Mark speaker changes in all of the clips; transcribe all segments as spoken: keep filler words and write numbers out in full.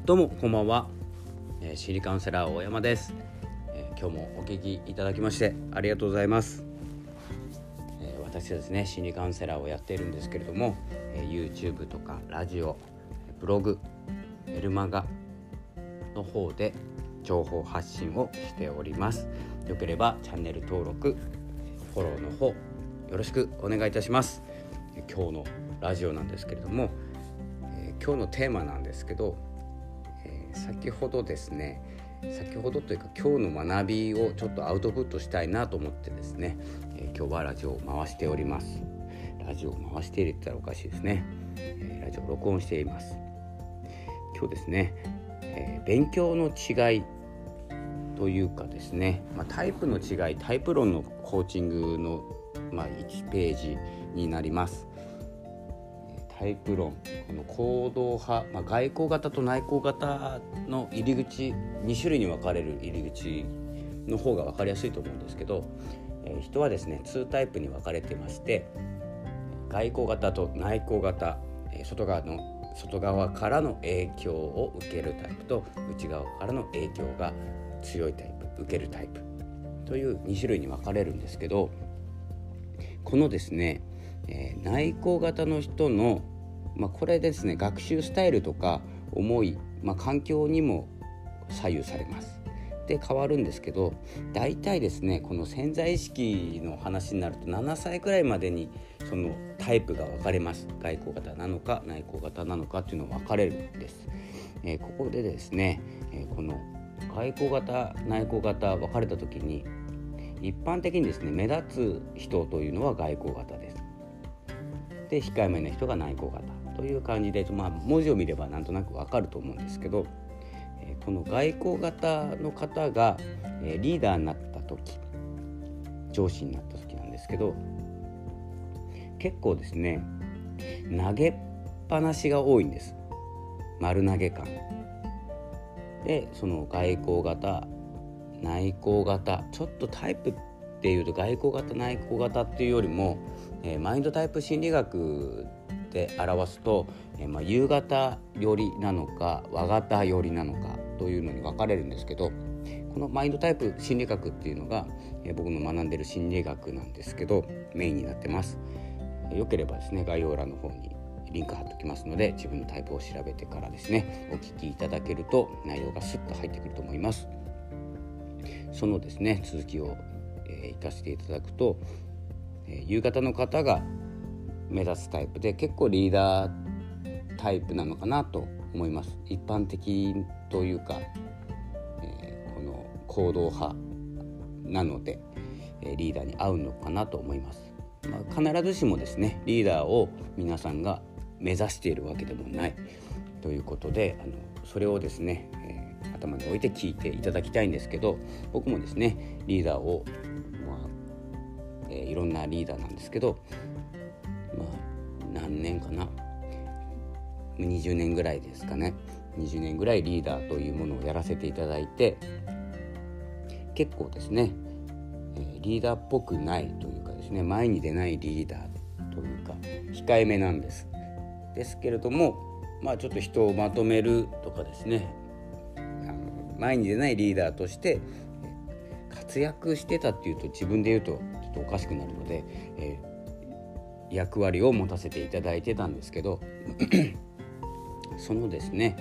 Speaker 1: どうもこんばんは、えー、心理カウンセラー大山です、えー、今日もお聞きいただきましてありがとうございます、えー、私はですね心理カウンセラーをやっているんですけれども、えー、YouTube とかラジオ、ブログ、メルマガの方で情報発信をしております。よければチャンネル登録、フォローの方よろしくお願いいたします。今日のラジオなんですけれども、えー、今日のテーマなんですけど、えー、先ほどですね先ほどというか今日の学びをちょっとアウトプットしたいなと思ってですね、えー、今日はラジオを回しております。ラジオを回しているって言ったらおかしいですね、えー、ラジオを録音しています。今日ですね、えー、勉強の違いというかですね、まあ、タイプの違いタイプ論のコーチングの、まあ、いちページになります。タイプ論、この行動派、まあ、外交型と内向型の入り口に種類に分かれる入り口の方が分かりやすいと思うんですけど、えー、人はですねにタイプに分かれてまして、外交型と内向型、えー、外側の外側からの影響を受けるタイプと内側からの影響が強いタイプ、受けるタイプというに種類に分かれるんですけど、このですね、えー、内向型の人の、まあ、これですね学習スタイルとか思い、まあ、環境にも左右されます。で変わるんですけど、大体ですねこの潜在意識の話になるとななさいくらいまでにそのタイプが分かれます。外向型なのか内向型なのかっていうのが分かれるんです。えー、ここでですね、えー、この外向型内向型分かれた時に一般的にですね目立つ人というのは外向型です。で控えめな人が内向型という感じで、まあ、文字を見ればなんとなく分かると思うんですけど、えー、この外向型の方が、えー、リーダーになった時、上司になった時なんですけど、結構ですね投げっぱなしが多いんです。丸投げ感で、その外向型内向型、ちょっとタイプっていうと外向型内向型っていうよりも、えー、マインドタイプ心理学で表すと、えーまあ、夕方寄りなのか和型寄りなのかというのに分かれるんですけど、このマインドタイプ心理学っていうのが、えー、僕の学んでる心理学なんですけどメインになってます。えー、よければですね概要欄の方にリンク貼っておきますので、自分のタイプを調べてからですねお聞きいただけると内容がスッと入ってくると思います。そのですね続きを、えー、行かせていただくと、えー、夕方の方が目指すタイプで結構リーダータイプなのかなと思います。一般的というか、えー、この行動派なので、えー、リーダーに合うのかなと思います。まあ、必ずしもですねリーダーを皆さんが目指しているわけでもないということで、あのそれをですね、えー、頭に置いて聞いていただきたいんですけど、僕もですねリーダーを、まあえー、いろんなリーダーなんですけど、まあ、何年かなにじゅうねんぐらいですかねにじゅうねんぐらいリーダーというものをやらせていただいて、結構ですね、えー、リーダーっぽくないというかですね前に出ないリーダーというか控えめなんですですけれども、まあちょっと人をまとめるとかですね、あの前に出ないリーダーとして活躍してたっていうと自分で言うとちょっとおかしくなるので、えー、役割を持たせていただいてたんですけどそのですね、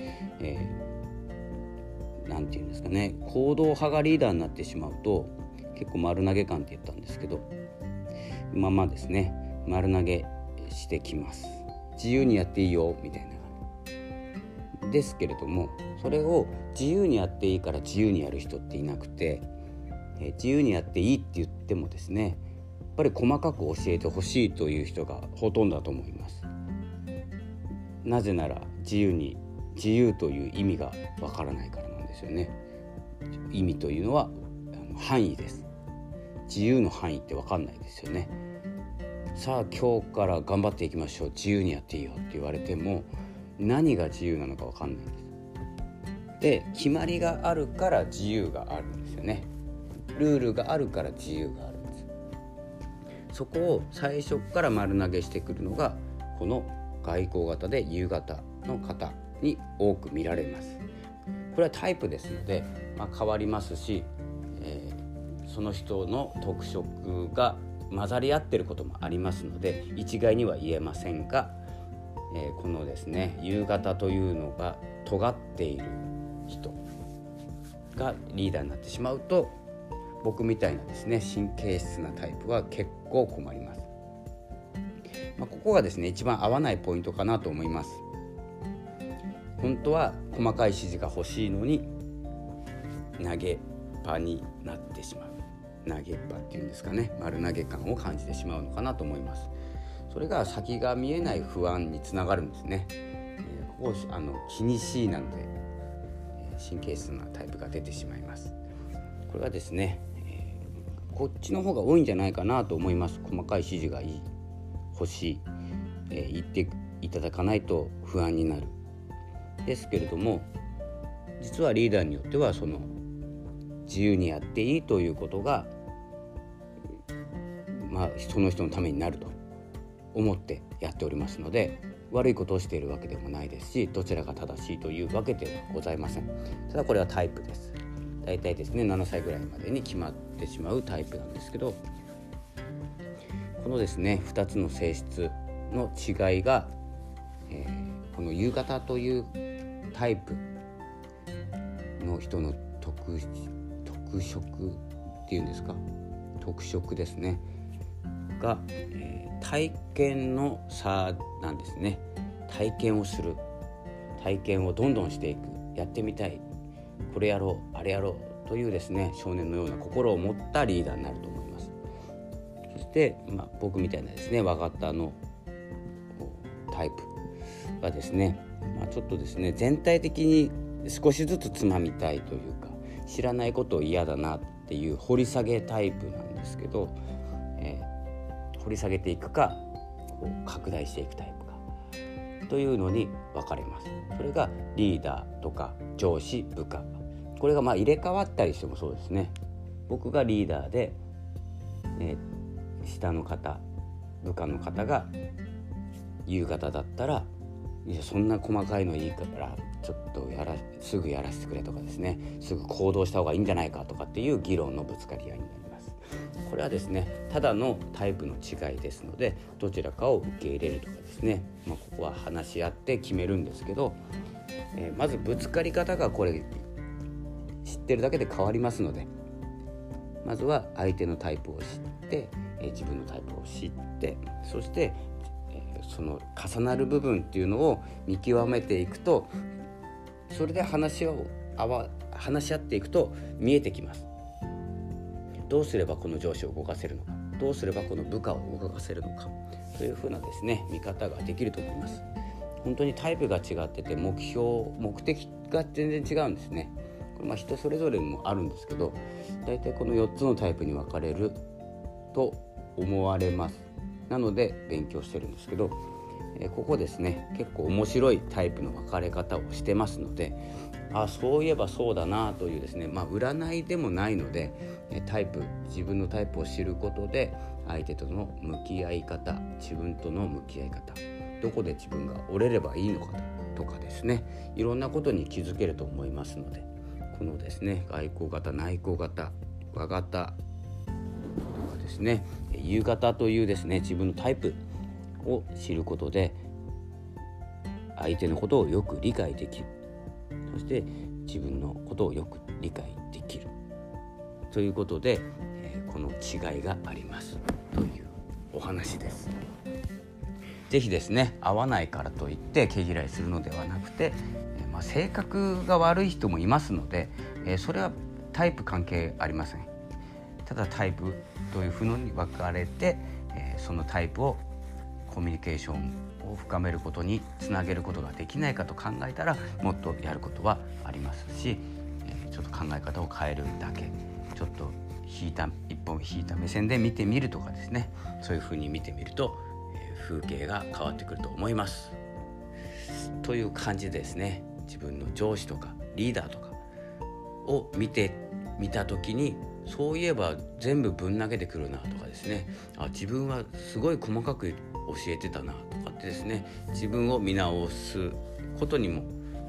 Speaker 1: えー、なんていうんですかね行動派がリーダーになってしまうと結構丸投げ感って言ったんですけど、まあまあですね丸投げしてきます。自由にやっていいよみたいなですけれども、それを自由にやっていいから自由にやる人っていなくて、え自由にやっていいって言ってもですねやっぱり細かく教えてほしいという人がほとんどだと思います。なぜなら自由に自由という意味がわからないからなんですよね。意味というのはあの範囲です。自由の範囲ってわかんないですよね。さあ今日から頑張っていきましょう、自由にやっていいよって言われても何が自由なのか分かんないんです。で決まりがあるから自由があるんですよね。ルールがあるから自由があるんです。そこを最初から丸投げしてくるのがこの外交型で夕方の方に多く見られます。これはタイプですので、まあ、変わりますし、えー、その人の特色が混ざり合っていることもありますので一概には言えませんが、えー、このですね夕方というのが尖っている人がリーダーになってしまうと、僕みたいなですね神経質なタイプは結構困ります。まあ、ここがですね一番合わないポイントかなと思います。本当は細かい指示が欲しいのに投げっぱになってしまう、投げっぱっていうんですかね、丸投げ感を感じてしまうのかなと思います。それが先が見えない不安につながるんですね。えー、ここあの気にしいなので、えー、神経質なタイプが出てしまいます。これはですね、えー、こっちの方が多いんじゃないかなと思います。細かい指示がいい、欲しい、えー、言っていただかないと不安になる。ですけれども、実はリーダーによってはその自由にやっていいということが、まあ、その人のためになると思ってやっておりますので、悪いことをしているわけでもないですし、どちらが正しいというわけではございません。ただこれはタイプです。だいたいですねななさいぐらいまでに決まってしまうタイプなんですけど、このですねふたつの性質の違いが、えー、この夕方というタイプの人の特特色っていうんですか、特色ですねが、えー、体験の差なんですね。体験をする、体験をどんどんしていく、やってみたい、これやろうあれやろうというですね少年のような心を持ったリーダーになると思います。そして、まあ、僕みたいなですね和型のタイプがですね、まあ、ちょっとですね全体的に少しずつつまみたいというか、知らないことを嫌だなっていう掘り下げタイプなんですけど、えー、掘り下げていくかこう拡大していくタイプかというのに分かれます。それがリーダーとか上司、部下、これがまあ入れ替わったりしてもそうですね。僕がリーダーで、えー、下の方、部下の方が夕方だったら、いやそんな細かいのいいからちょっとやらすぐやらせてくれとかですね、すぐ行動した方がいいんじゃないかとかっていう議論のぶつかり合いになります。これはですねただのタイプの違いですので、どちらかを受け入れるとかですね、まあ、ここは話し合って決めるんですけど、えー、まずぶつかり方がこれ知ってるだけで変わりますので、まずは相手のタイプを知って、えー、自分のタイプを知って、そしてその重なる部分っていうのを見極めていくと、それで話をあわ話し合っていくと見えてきます。どうすればこの上司を動かせるのか、どうすればこの部下を動かせるのかというふうなですね見方ができると思います。本当にタイプが違ってて目標目的が全然違うんですね。これまあ人それぞれもあるんですけど、だいたいこのよっつのタイプに分かれると思われます。なので勉強してるんですけど、えー、ここですね結構面白いタイプの分かれ方をしてますので、あそういえばそうだなというですね、まあ占いでもないので、えー、タイプ自分のタイプを知ることで相手との向き合い方、自分との向き合い方、どこで自分が折れればいいのかとかですね、いろんなことに気づけると思いますので、このですね外向型、内向型、和型とかですね、夕方というですね自分のタイプを知ることで相手のことをよく理解できる、そして自分のことをよく理解できるということで、えー、この違いがありますというお話です。ぜひですね合わないからといって毛嫌いするのではなくて、えーまあ、性格が悪い人もいますので、えー、それはタイプ関係ありません。ただタイプというふうに分かれて、えー、そのタイプをコミュニケーションを深めることにつなげることができないかと考えたら、もっとやることはありますし、えー、ちょっと考え方を変えるだけ、ちょっと引いた一本引いた目線で見てみるとかですね、そういうふうに見てみると、えー、風景が変わってくると思いますという感じでですね、自分の上司とかリーダーとかを見てみたときに、そういえば全部ぶん投げてくるなとかですね、あ自分はすごい細かく教えてたなとかってですね、自分を見直すことにも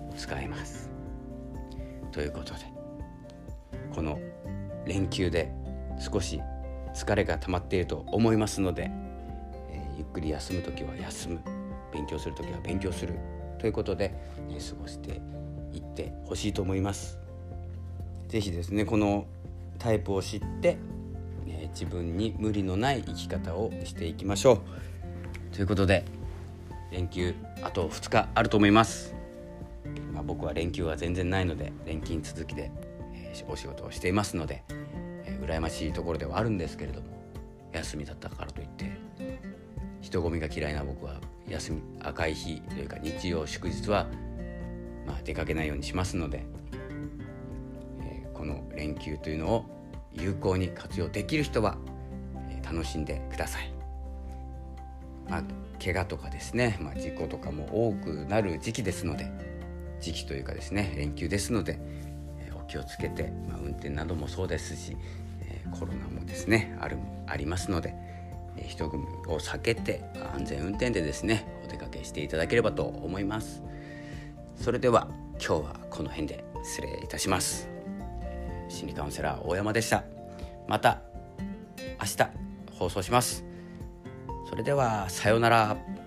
Speaker 1: 使えます。ということで、この連休で少し疲れが溜まっていると思いますので、えー、ゆっくり休むときは休む、勉強するときは勉強するということで、えー、過ごしていってほしいと思います。ぜひですね、このタイプを知って、えー、自分に無理のない生き方をしていきましょう。ということで、連休あとふつかあると思います。まあ、僕は連休は全然ないので連勤続きで、えー、お仕事をしていますので、えー、羨ましいところではあるんですけれども、休みだったからといって人混みが嫌いな僕は休み赤い日というか日曜祝日は、まあ、出かけないようにしますので、えー、この連休というのを有効に活用できる人は、えー、楽しんでください。まあ、怪我とかですね、まあ、事故とかも多くなる時期ですので、時期というかですね、連休ですので、えー、お気をつけて、まあ、運転などもそうですし、えー、コロナもですね あるありますので、えー、人混みを避けて安全運転でですねお出かけしていただければと思います。それでは今日はこの辺で失礼いたします。心理カウンセラー大山でした。また明日放送します。それではさようなら。